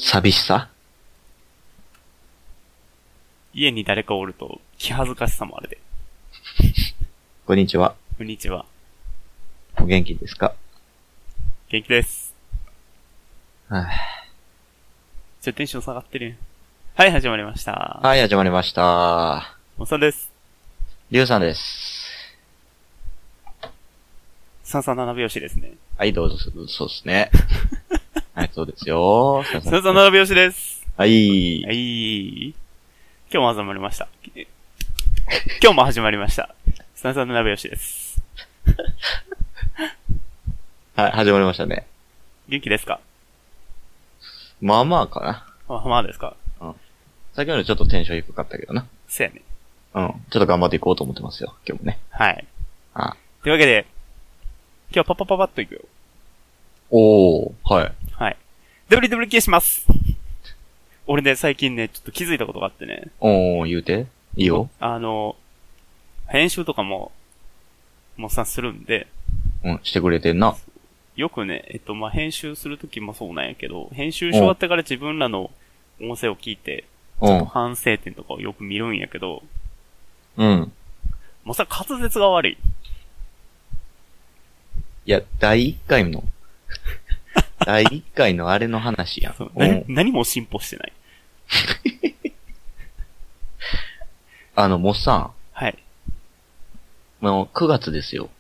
寂しさ。 家に誰かおると気恥ずかしさもあるで。 こんにちは。 こんにちは。 お元気ですか？ 元気です。 はぁ。 ちょっとテンション下がってる。はい、始まりました。 はい、始まりました。 おっさんです。 りゅうさんです。 337拍子ですね。 はい、どうぞ、そうですね。はい、そうですよ。 337拍子です。 はい。 はい。今日も始まりました。今日も始まりました。337拍子です。 はい、始まりましたね。 元気ですか？ まあまあかな。 まあですか？ うん。先ほどちょっとテンション低かったけどな。 そうやね。 うん。ちょっと頑張っていこうと思ってますよ、今日もね。 はい。 あ。 というわけで、今日はパパパパッといくよ。 おー、はい。 はい。WWK します。俺ね、最近ね、ちょっと気づいたことがあってね。 おー、言うていいよ。 編集とかもさ、するんで。 うん、してくれてんな。 よくね、編集するときもそうなんやけど、編集し終わってから自分らの音声を聞いて、ちょっと反省点とかをよく見るんやけど、 うん。 もうさ、滑舌が悪い。 いや、第1回の、第1回のあれの話やん。 何も進歩してない。 もっさん。 はい。 もう9月ですよ。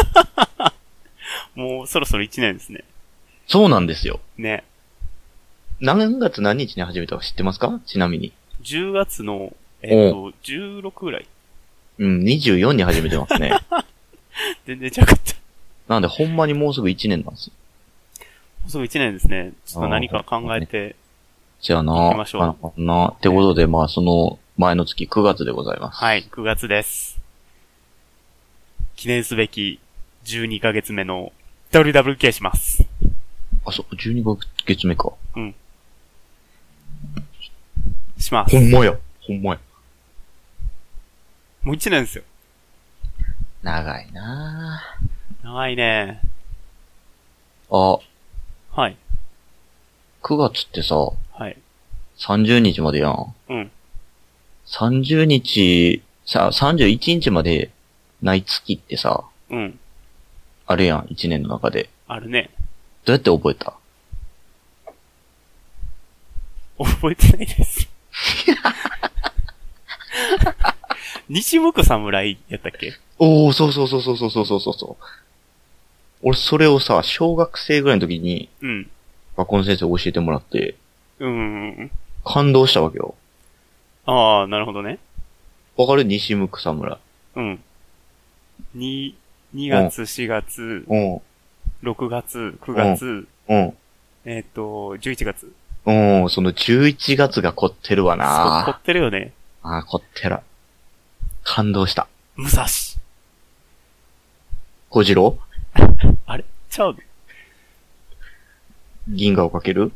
もうそろそろ1年ですね。 そうなんですよ。 ね。 何月何日に始めたか知ってますか？ちなみに。 10月の、16ぐらい。 うん、24に始めてますね。 全然ちゃかった。 なんで、ほんまにもうすぐ1年なんですよ。 もうすぐ1年ですね。ちょっと何か考えて。 じゃあな。 行きましょう。ってことで、まあ、その前の月9月でございます。 はい、9月です。記念すべき12ヶ月目の WWK します。 あ、そう、12ヶ月目か。 うん。します。 ほんまや。ほんまや。 もう1年ですよ。 長いなぁ。 長いね。 あ。 はい。 9月ってさ、 はい。 30日までやん。 うん。 30日、31日までない月ってさ、 うん。 あるやん、1年の中で。 あるね。 どうやって覚えた？ 覚えてないです。西向く侍やったっけ？ おー、そう。俺、それをさ、小学生ぐらいの時に、 うん。 学校の先生教えてもらって、感動したわけよ。 ああ、なるほどね。 わかる？西向く侍。 うん。2月、4月、6月、9月、11月。 その11月が凝ってるわな。 凝ってるよね。 ああ、凝ってる。感動した。 武蔵。 小次郎？ あれちゃうの？ 銀河をかける？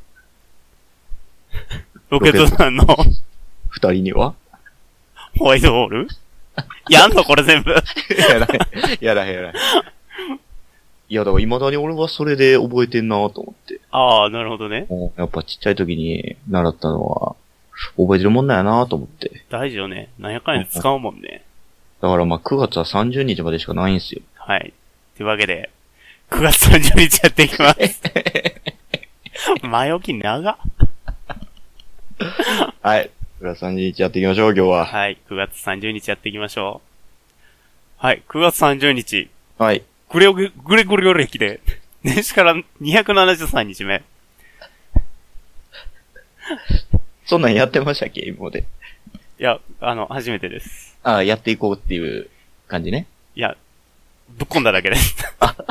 ロケット団の二人にはホワイトボール？やんのこれ全部。 やらへん。いや、だから未だに俺はそれで覚えてんなと思って。 ああ、なるほどね。 やっぱちっちゃい時に習ったのは、覚えてるもんなんやなと思って。 大事よね。なんやかんや使うもんね。 だからまあ9月は30日までしかないんすよ。 はい。というわけで、9月30日やっていきます。前置き長っ。 はい。9月30日やっていきましょう、今日は。 はい。9月30日やっていきましょう。はい。9月30日。 はい。 グレゴリオ歴で、年始から273日目。 そんなんやってましたっけ今まで。 いや、初めてです。 ああ、やっていこうっていう感じね。 いや、ぶっ込んだだけです。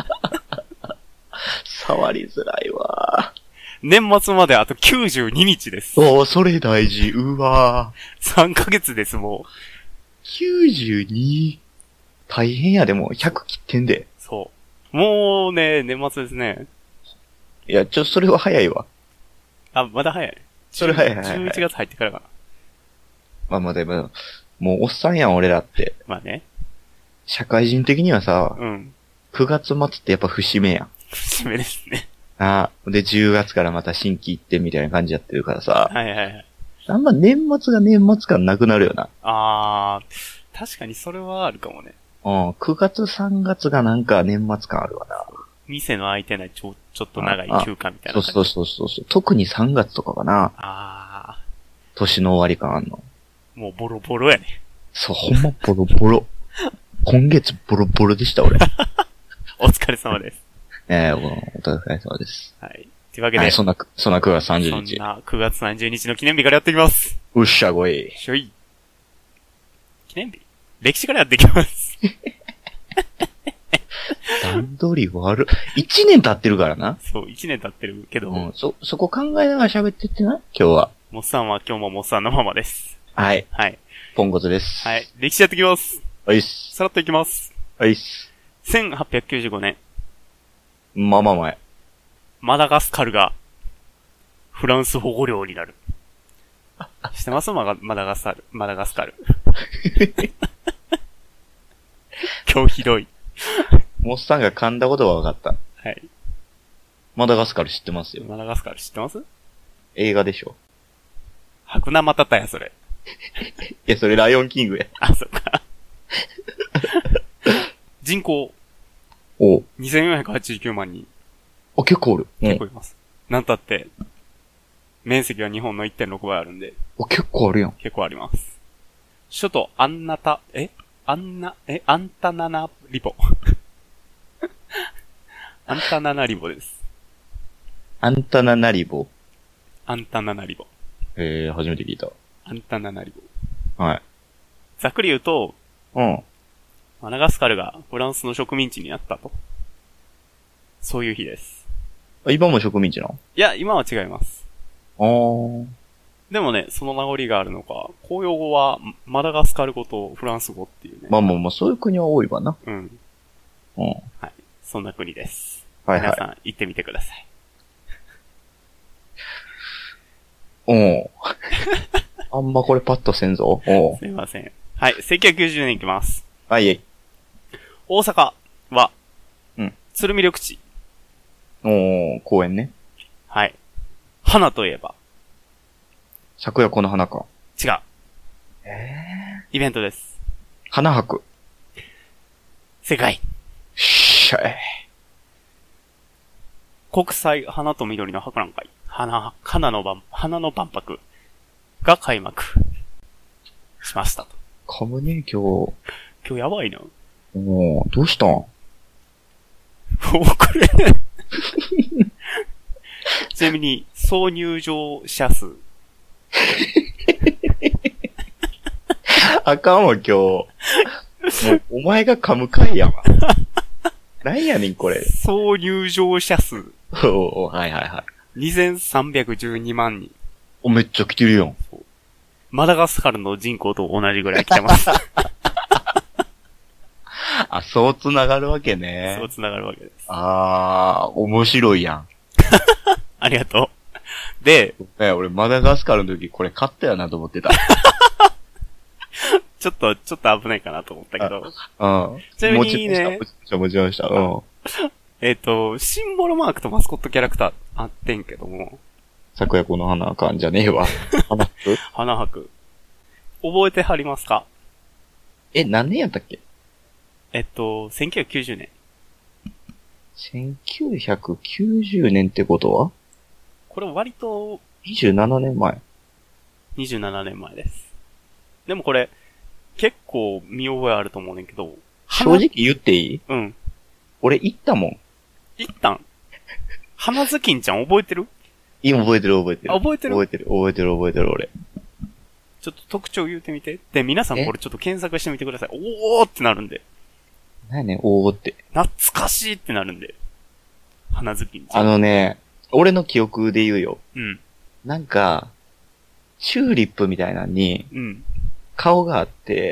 触りづらいわ。 年末まであと92日です。 おー、それ大事。うわー。3ヶ月です、もう。 92。大変やでも、100切ってんで。 そう。もうね、年末ですね。 いや、それは早いわ。 あ、まだ早い。 それ早い。 11月入ってからかな。まあでも、もうおっさんやん、俺らって。 まあね。 社会人的にはさ、 うん。 9月末ってやっぱ節目やん。 節目ですね。 で、10月からまた新規行ってみたいな感じやってるからさ。 はいはいはい。 あんま年末が年末感なくなるよな。 確かにそれはあるかもね。 9月3月がなんか年末感あるわな。 店の空いてないちょっと長い休暇みたいな感じ。 そう。特に3月とかかな。年の終わり感あんの。 もうボロボロやね。 そう、ほんまボロボロ。今月ボロボロでした、俺。 お疲れ様です。 お疲れ様です。 はい。というわけで。 はい、そんな9月30日。 そんな9月30日の記念日からやっていきます。 うっしゃごい。 しょい。記念日歴史からやっていきます。 段取り悪。1年経ってるからな。 そう、1年経ってるけど。 そこ考えながら喋ってってな、今日は。 モッサンは今日もモッサンのままです。 はい。 はい。 ポンコツです。 はい。歴史やっていきます。 はいっす。 さらっといきます。 はいっす。 1895年。 まあ前。 マダガスカルが、フランス保護領になる。知ってますマダガスカル。今日ひどい。 モッサンが噛んだことは分かった。 はい。 マダガスカル知ってますよ。 マダガスカル知ってます？ 映画でしょ。 白生マタタや、それ。 いや、それライオンキングや。 そっか。人口。2489万人。 結構おる。 結構います。なんたって、面積は日本の 1.6 倍あるんで。 結構あるやん。 結構あります。首都アンタナナリボ。アンタナナリボです。 アンタナナリボ。 初めて聞いた。 アンタナナリボ。 はい。 ざっくり言うと、マダガスカルがフランスの植民地になったと。そういう日です。 今も植民地なの？ いや、今は違います。でもね、その名残があるのか、公用語はマダガスカル語とフランス語っていうね。 まあ、そういう国は多いわな。 はい。そんな国です。 はい。 皆さん行ってみてください。 あんまこれパッとせんぞ。 すいません。はい。1990年いきます。 はい。 大阪は、鶴見緑地。 公園ね。 はい。花といえば。 昨夜この花か。 違う。イベントです。 花博。 正解。 しゃい。 国際花と緑の博覧会。花の万博が開幕しましたと。 かむね、今日やばいな。 どうしたん？これ。ちなみに、総入場者数。 あかんわ、今日。もう、お前が噛む回やわ。なんやねん、これ。 総入場者数。 はい。 2312万人。 めっちゃ来てるよ。 マダガスカルの人口と同じぐらい来てます。 そう繋がるわけね。 そう繋がるわけです。 面白いやん。 ありがとう。で、 俺マダガスカルの時これ買ったよなと思ってた。 ちょっと危ないかなと思ったけど。ちなみにね。 持ちました。 シンボルマークとマスコットキャラクターあってんけども。 昨夜この花かんじゃねえわ。 花博。覚えてはりますか？ 何年やったっけ ？1990年。 1990年ってことは？ これ割と、 27年前。 27年前です。でもこれ、結構見覚えあると思うねんけど。 正直言っていい？俺行ったもん。 行ったん？花ズキンちゃん覚えてる？ 覚えてる。 覚えてる俺。 ちょっと特徴言うてみて。で、皆さんこれちょっと検索してみてください。おーってなるんで。 何やねん、おーって。 懐かしいってなるんで。花ズキンちゃん。 俺の記憶で言うよ。 なんか、チューリップみたいなのに、顔があって、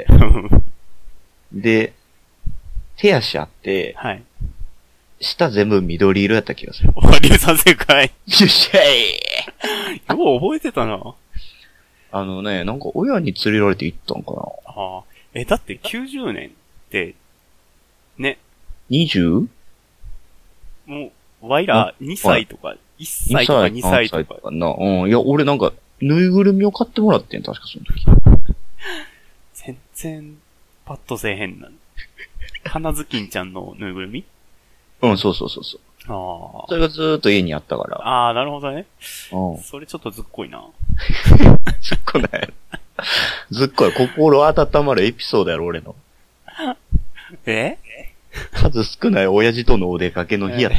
で、手足あって、下全部緑色やった気がする。 リュウさん正解。よっしゃい。 よう覚えてたな。 なんか親に連れられて行ったんかな。 だって90年って、ね。 20？ もう、 ワイら2歳とか、1歳とか2歳とか。 な。うん。いや、俺なんか、ぬいぐるみを買ってもらってん、確かその時。 全然、パッとせえへんな。花ずきんちゃんのぬいぐるみ？ うん、そうそうそうそう。 ああ。 それがずーっと家にあったから。 ああ、なるほどね。 うん。 それちょっとずっこいな。 ずっこない。ずっこい。心温まるエピソードやろ、俺の。 え？ 数少ない親父とのお出かけの日やった。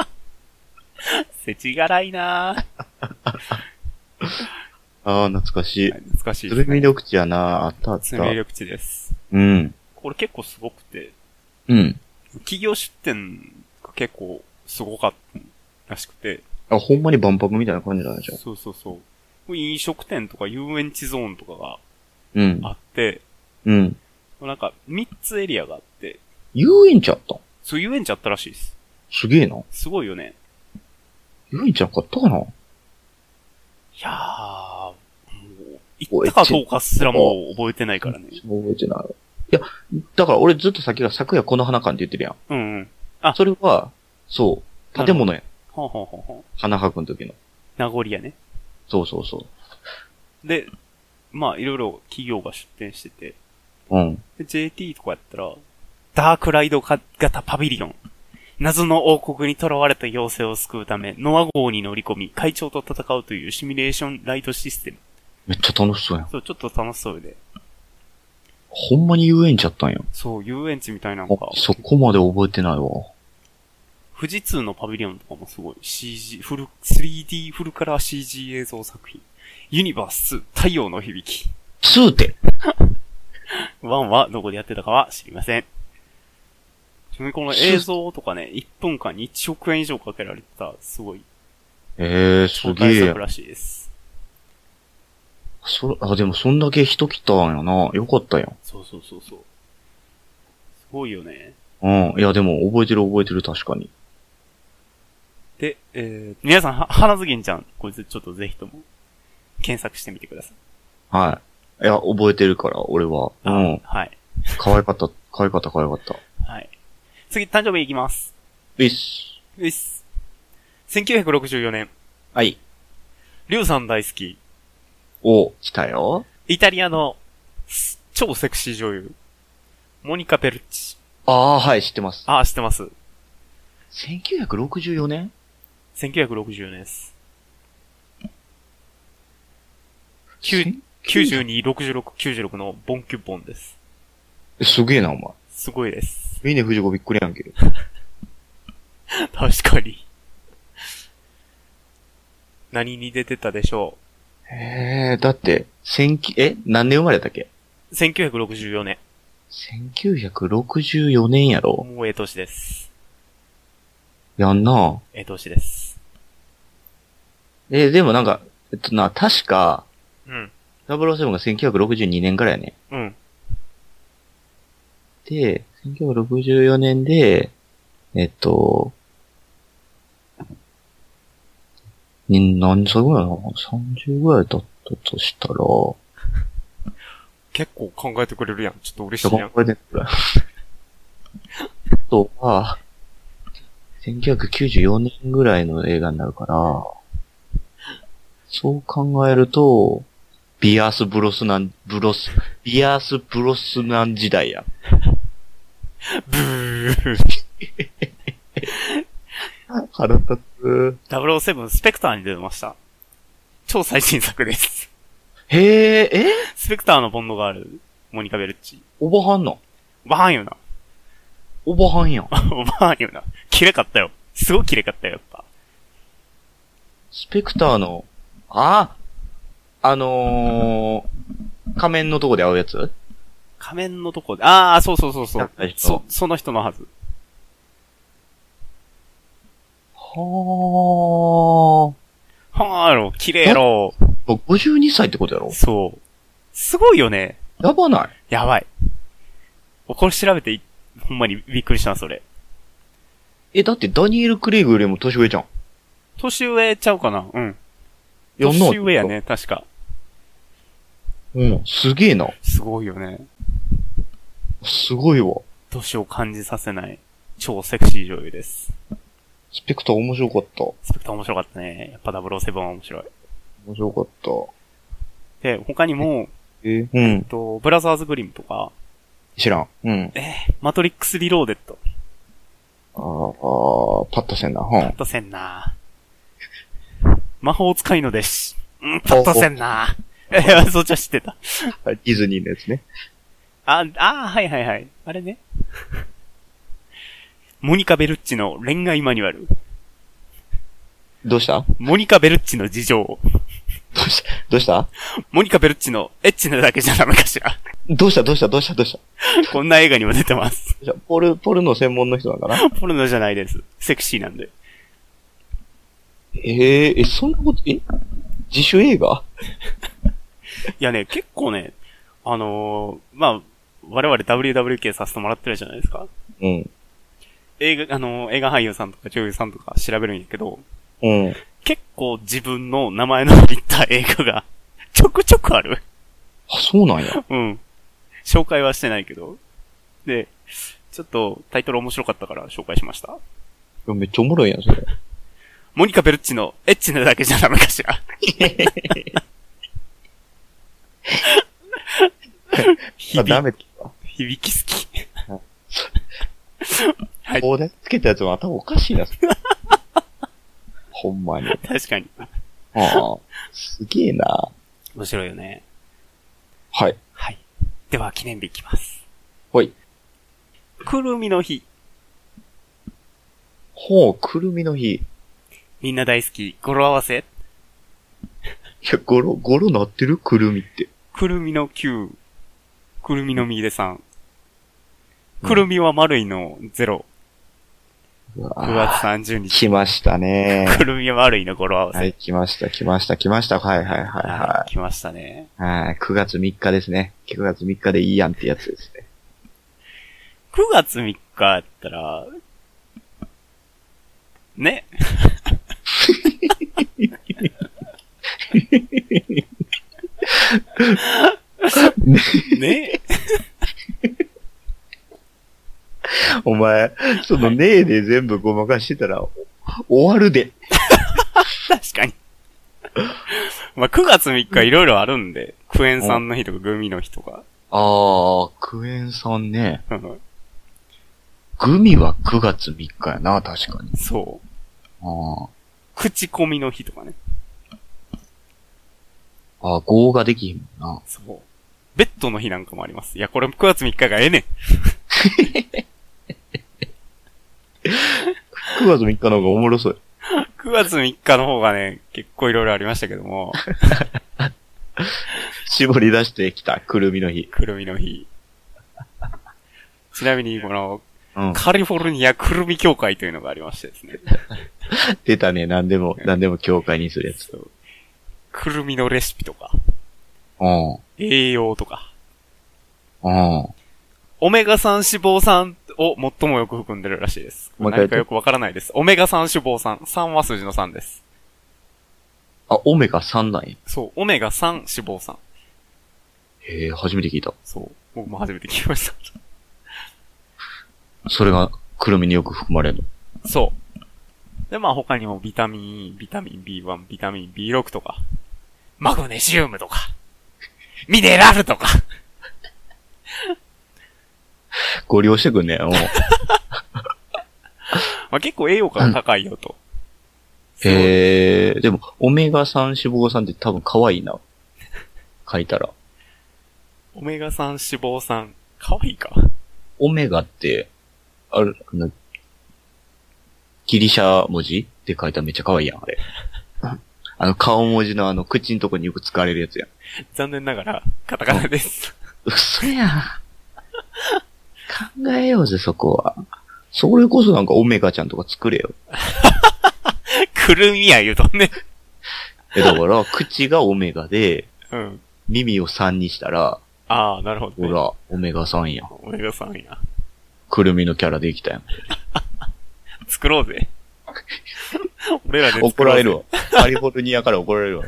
せちがらいなぁ。 ああ、懐かしい。 懐かしいですね。 鶴見緑地やな。あったあった。 鶴見緑地です。 うん。 これ結構すごくて。 うん。 企業出店が結構すごかったらしくて。 あ、ほんまに万博みたいな感じなんでしょ。 そうそうそう。飲食店とか遊園地ゾーンとかがあって、 うん。 なんか3つエリアがあって。 遊園地あった？ そう、遊園地あったらしいです。 すげえな。 すごいよね。 遊園地なかったかな？ いやー、もう、行ったかどうかすらもう覚えてないからね。 覚えてない。いや、だから俺ずっとさっきが昨夜この花館って言ってるやん。 うんうん。 あ、それは、そう、建物や。 ほうほうほうほう。 花博の時の。 名残やね。 そうそうそう。 で、まあ、いろいろ企業が出店してて。 うん。 で、JT とかやったら、ダークライド型パビリオン。謎の王国に囚われた妖精を救うため、ノア号に乗り込み、会長と戦うというシミュレーションライドシステム。 めっちゃ楽しそうやん。 そう、ちょっと楽しそうで。 ほんまに遊園地やったんや。 そう、遊園地みたいなのが。 そこまで覚えてないわ。 富士通のパビリオンとかもすごい。3D フルカラー CG 映像作品。ユニバース2、太陽の響き。 2って。 1はどこでやってたかは知りません。ちなみにこの映像とかね、1分間に1億円以上かけられてた、すごい。 すげえ。 作らしいです。 でもそんだけ人来たんやな。よかったやん。 そうそうそうそう。すごいよね。 うん。いやでも覚えてる確かに。 で、皆さん、花ずきんちゃん、こいつちょっとぜひとも、検索してみてください。 はい。いや、覚えてるから、俺は。うん。 はい。 可愛かった。はい。 次、誕生日いきます。 ういっす。 1964年。 はい。 リュウさん大好き。 来たよ。 イタリアの、超セクシー女優。モニカ・ベルッチ。 はい、知ってます。 知ってます。 1964年 ?1964 年です。92、66、96のボンキュッボンです。 すげえな、お前。 すごいです。 峰不二子びっくりやんけど。 確かに。何に出てたでしょう。だって、何年生まれだっけ ?1964 年。 1964年やろ？ もう年です。 やんな。 年です。 でもなんか、確か、 うん。 007が1962年からやね。 うん。 で、1964年で、何歳ぐらいなの ?30 ぐらいだったとしたら、 結構考えてくれるやん。ちょっと嬉しいやん。 考えてくれ。あとは、1994年ぐらいの映画になるから、そう考えると、ビアース・ブロスナン時代や。 ブー。 腹立つ。 007スペクターに出てました。超最新作です。 へスペクターのボンドがあるモニカ・ベルッチ。 おばはんな。 おばはんよな。 おばはんやん。 おばはんよな。綺麗かったよ。すごい綺麗かったよ、やっぱ。 スペクターの、仮面のとこで会うやつ？ 仮面のとこで、そう。その人のはず。やろ、綺麗やろ。 52歳ってことやろ？ そう。すごいよね。 やばない？ やばい。これ調べてほんまにびっくりしたな、それ。 だってダニエル・クレイグよりも年上じゃん。 年上ちゃうかな？うん。年上やね、確か。 うん、すげえな。 すごいよね。 すごいわ。 年を感じさせない、超セクシー女優です。 スペクター面白かった。 スペクター面白かったね。やっぱ007は面白い。 面白かった。 で、他にも、 うん。 ブラザーズグリムとか。 知らん。うん。 マトリックスリローデッド。 パッとせんな。 パッとせんな。魔法使いの弟子。パッとせんな。そっちは知ってた。 ディズニーのやつね。 はいはいはい。あれね。モニカ・ベルッチの恋愛マニュアル。 どうした？ モニカ・ベルッチの事情。 どうしたモニカ・ベルッチのエッチなだけじゃダメかしら。 どうしたこんな映画にも出てます。 ポルノ専門の人なのかな？ ポルノじゃないです。セクシーなんで。 そんなこと、自主映画？ いやね、結構ね、まあ、我々 WWK させてもらってるじゃないですか。 うん。 映画俳優さんとか女優さんとか調べるんやけど、 うん。 結構自分の名前の入った映画がちょくちょくある。 あ、そうなんや。 うん。紹介はしてないけど。で、ちょっとタイトル面白かったから紹介しました。 めっちゃおもろいやん、それ。 モニカ・ベルッチのエッチなだけじゃダメかしら。 ダメって響き好き。 はい。こうね、つけたやつも頭おかしいな。ほんまに。 確かに。 すげえな。 面白いよね。 はい。 はい。では、記念日いきます。 はい。 くるみの日。 くるみの日。 みんな大好き、語呂合わせ。いや、語呂なってる？くるみって。 くるみの9。くるみのみで3。くるみは丸いの0。9月30日。 来ましたね。 くるみは丸いの語呂合わせ。 はい、来ました。はい。 来ましたね。 はい、9月3日ですね。9月3日でいいやんってやつですね。 9月3日やったら、ね。ね。 お前、そのねえで全部ごまかしてたら、終わるで。 確かに。まあ、9月3日いろいろあるんで、クエン酸の日とかグミの日とか。 クエン酸ね。グミは9月3日やな、確かに。 そう。口コミの日とかね。 号ができひんもんな。 そう。ベッドの日なんかもあります。いや、これ9月3日がええねん。 9月3日の方がおもろそう。 9月3日の方がね、結構いろいろありましたけども。 絞り出してきた、くるみの日。 くるみの日。ちなみに、この、カリフォルニアくるみ協会というのがありましてですね。 出たね、何でも協会にするやつ。 くるみのレシピとか。栄養とか。オメガ3脂肪酸を最もよく含んでるらしいです。何かよくわからないです。オメガ3脂肪酸。3は数字の3です。 オメガ3なんや。 そう、オメガ3脂肪酸。 へえ、初めて聞いた。 そう、僕も初めて聞きました。 それが、くるみによく含まれるの？ そう。で、まあ他にもビタミン E、ビタミン B1、ビタミン B6 とか、マグネシウムとか、ミネラルとか。 ご利用してくんね。 まあ結構栄養価が高いよと。 へえ、でも、オメガ3脂肪酸って多分可愛いな。書いたら。 オメガ3脂肪酸、可愛いか。 オメガって、ギリシャ文字って書いたらめっちゃ可愛いやん、あれ。顔文字の口のとこによく使われるやつやん。 残念ながら、カタカナです。 嘘やん。考えようぜ、そこは。それこそなんかオメガちゃんとか作れよ。 くるみや言うとね。 だから、口がオメガで、 うん。 耳を3にしたら、 なるほど、 ね。ほら、オメガ3やん。 オメガ3や。 くるみのキャラできたやん。 作ろうぜ。俺らで怒られるわ。カリフォルニアから怒られるわ。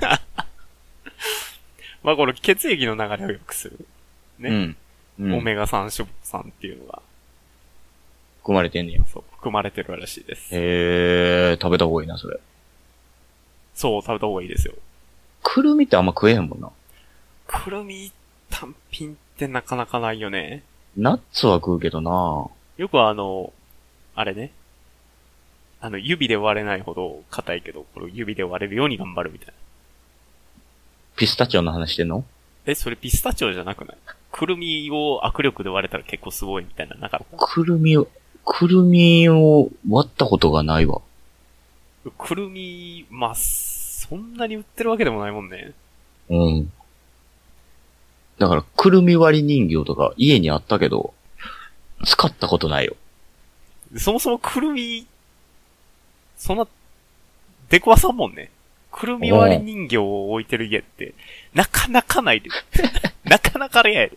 まあこの血液の流れを良くする。ね。 オメガ3脂肪酸っていうのが。 含まれてんねや。 そう、含まれてるらしいです。 食べた方がいいな、それ。 そう、食べた方がいいですよ。 くるみってあんま食えへんもんな。 くるみ単品ってなかなかないよね。 ナッツは食うけどな。 よくあれね。指で割れないほど硬いけど、これ指で割れるように頑張るみたいな。 ピスタチオの話してんの？ それピスタチオじゃなくない？くるみを握力で割れたら結構すごいみたいな、なかった？ くるみを割ったことがないわ。 くるみ、まあ、そんなに売ってるわけでもないもんね。 うん。だから、くるみ割り人形とか家にあったけど、使ったことないよ。 そもそもくるみ、そんな、出くわさんもんね。くるみ割り人形を置いてる家って、なかなかないで。なかなかレアやで。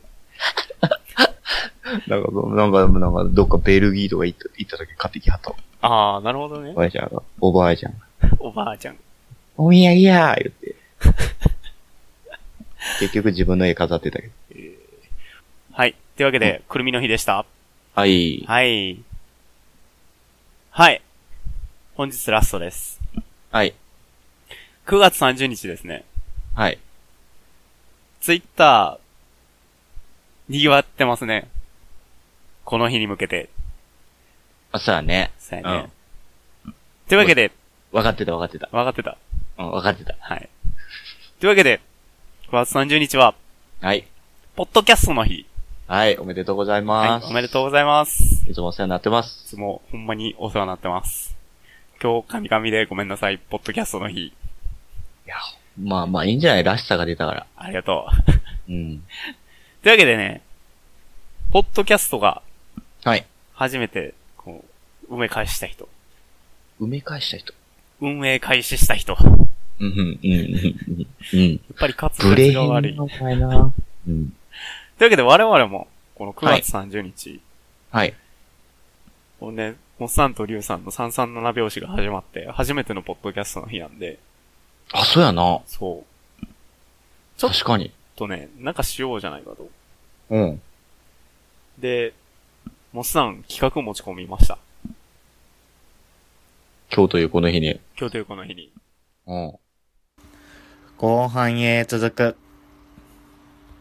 なんか、どっかベルギーとか行った時買ってきはった。 ああ、なるほどね。 おばあちゃんが。おばあちゃん。 おばあちゃん。 おみやぎやー言って。結局自分の家飾ってたけど。 はい。というわけで、くるみの日でした。 はい。 はい。はい。本日ラストです。 はい。 9月30日ですね。 はい。 ツイッター、賑わってますね。この日に向けて。 あ、そうやね。 そうやね。というわけで。 分かってた。 分かってた。 うん、分かってた。 はい。というわけで、9月30日は、 はい。 ポッドキャストの日。 はい、おめでとうございます。 はい、おめでとうございます。 いつもお世話になってます。 いつもほんまにお世話になってます。今日、神々でごめんなさい、ポッドキャストの日。 いや、まあいいんじゃない？らしさが出たから。 ありがとう。うん。 というわけでね、ポッドキャストが、 はい。 初めて、埋め返した人。 運営開始した人。 うん。 やっぱり滑舌が悪い。 ブレーンのな。うん。 というわけで我々も、この9月30日。 はい。 このね、モッサンとリュウさんの337拍子が始まって、初めてのポッドキャストの日なんで。 あ、そうやな。 そう。 確かに。 ね、なんかしようじゃないかと。 うん。 で、モッサン企画持ち込みました。 今日というこの日に。 今日というこの日に。 うん。 後半へ続く。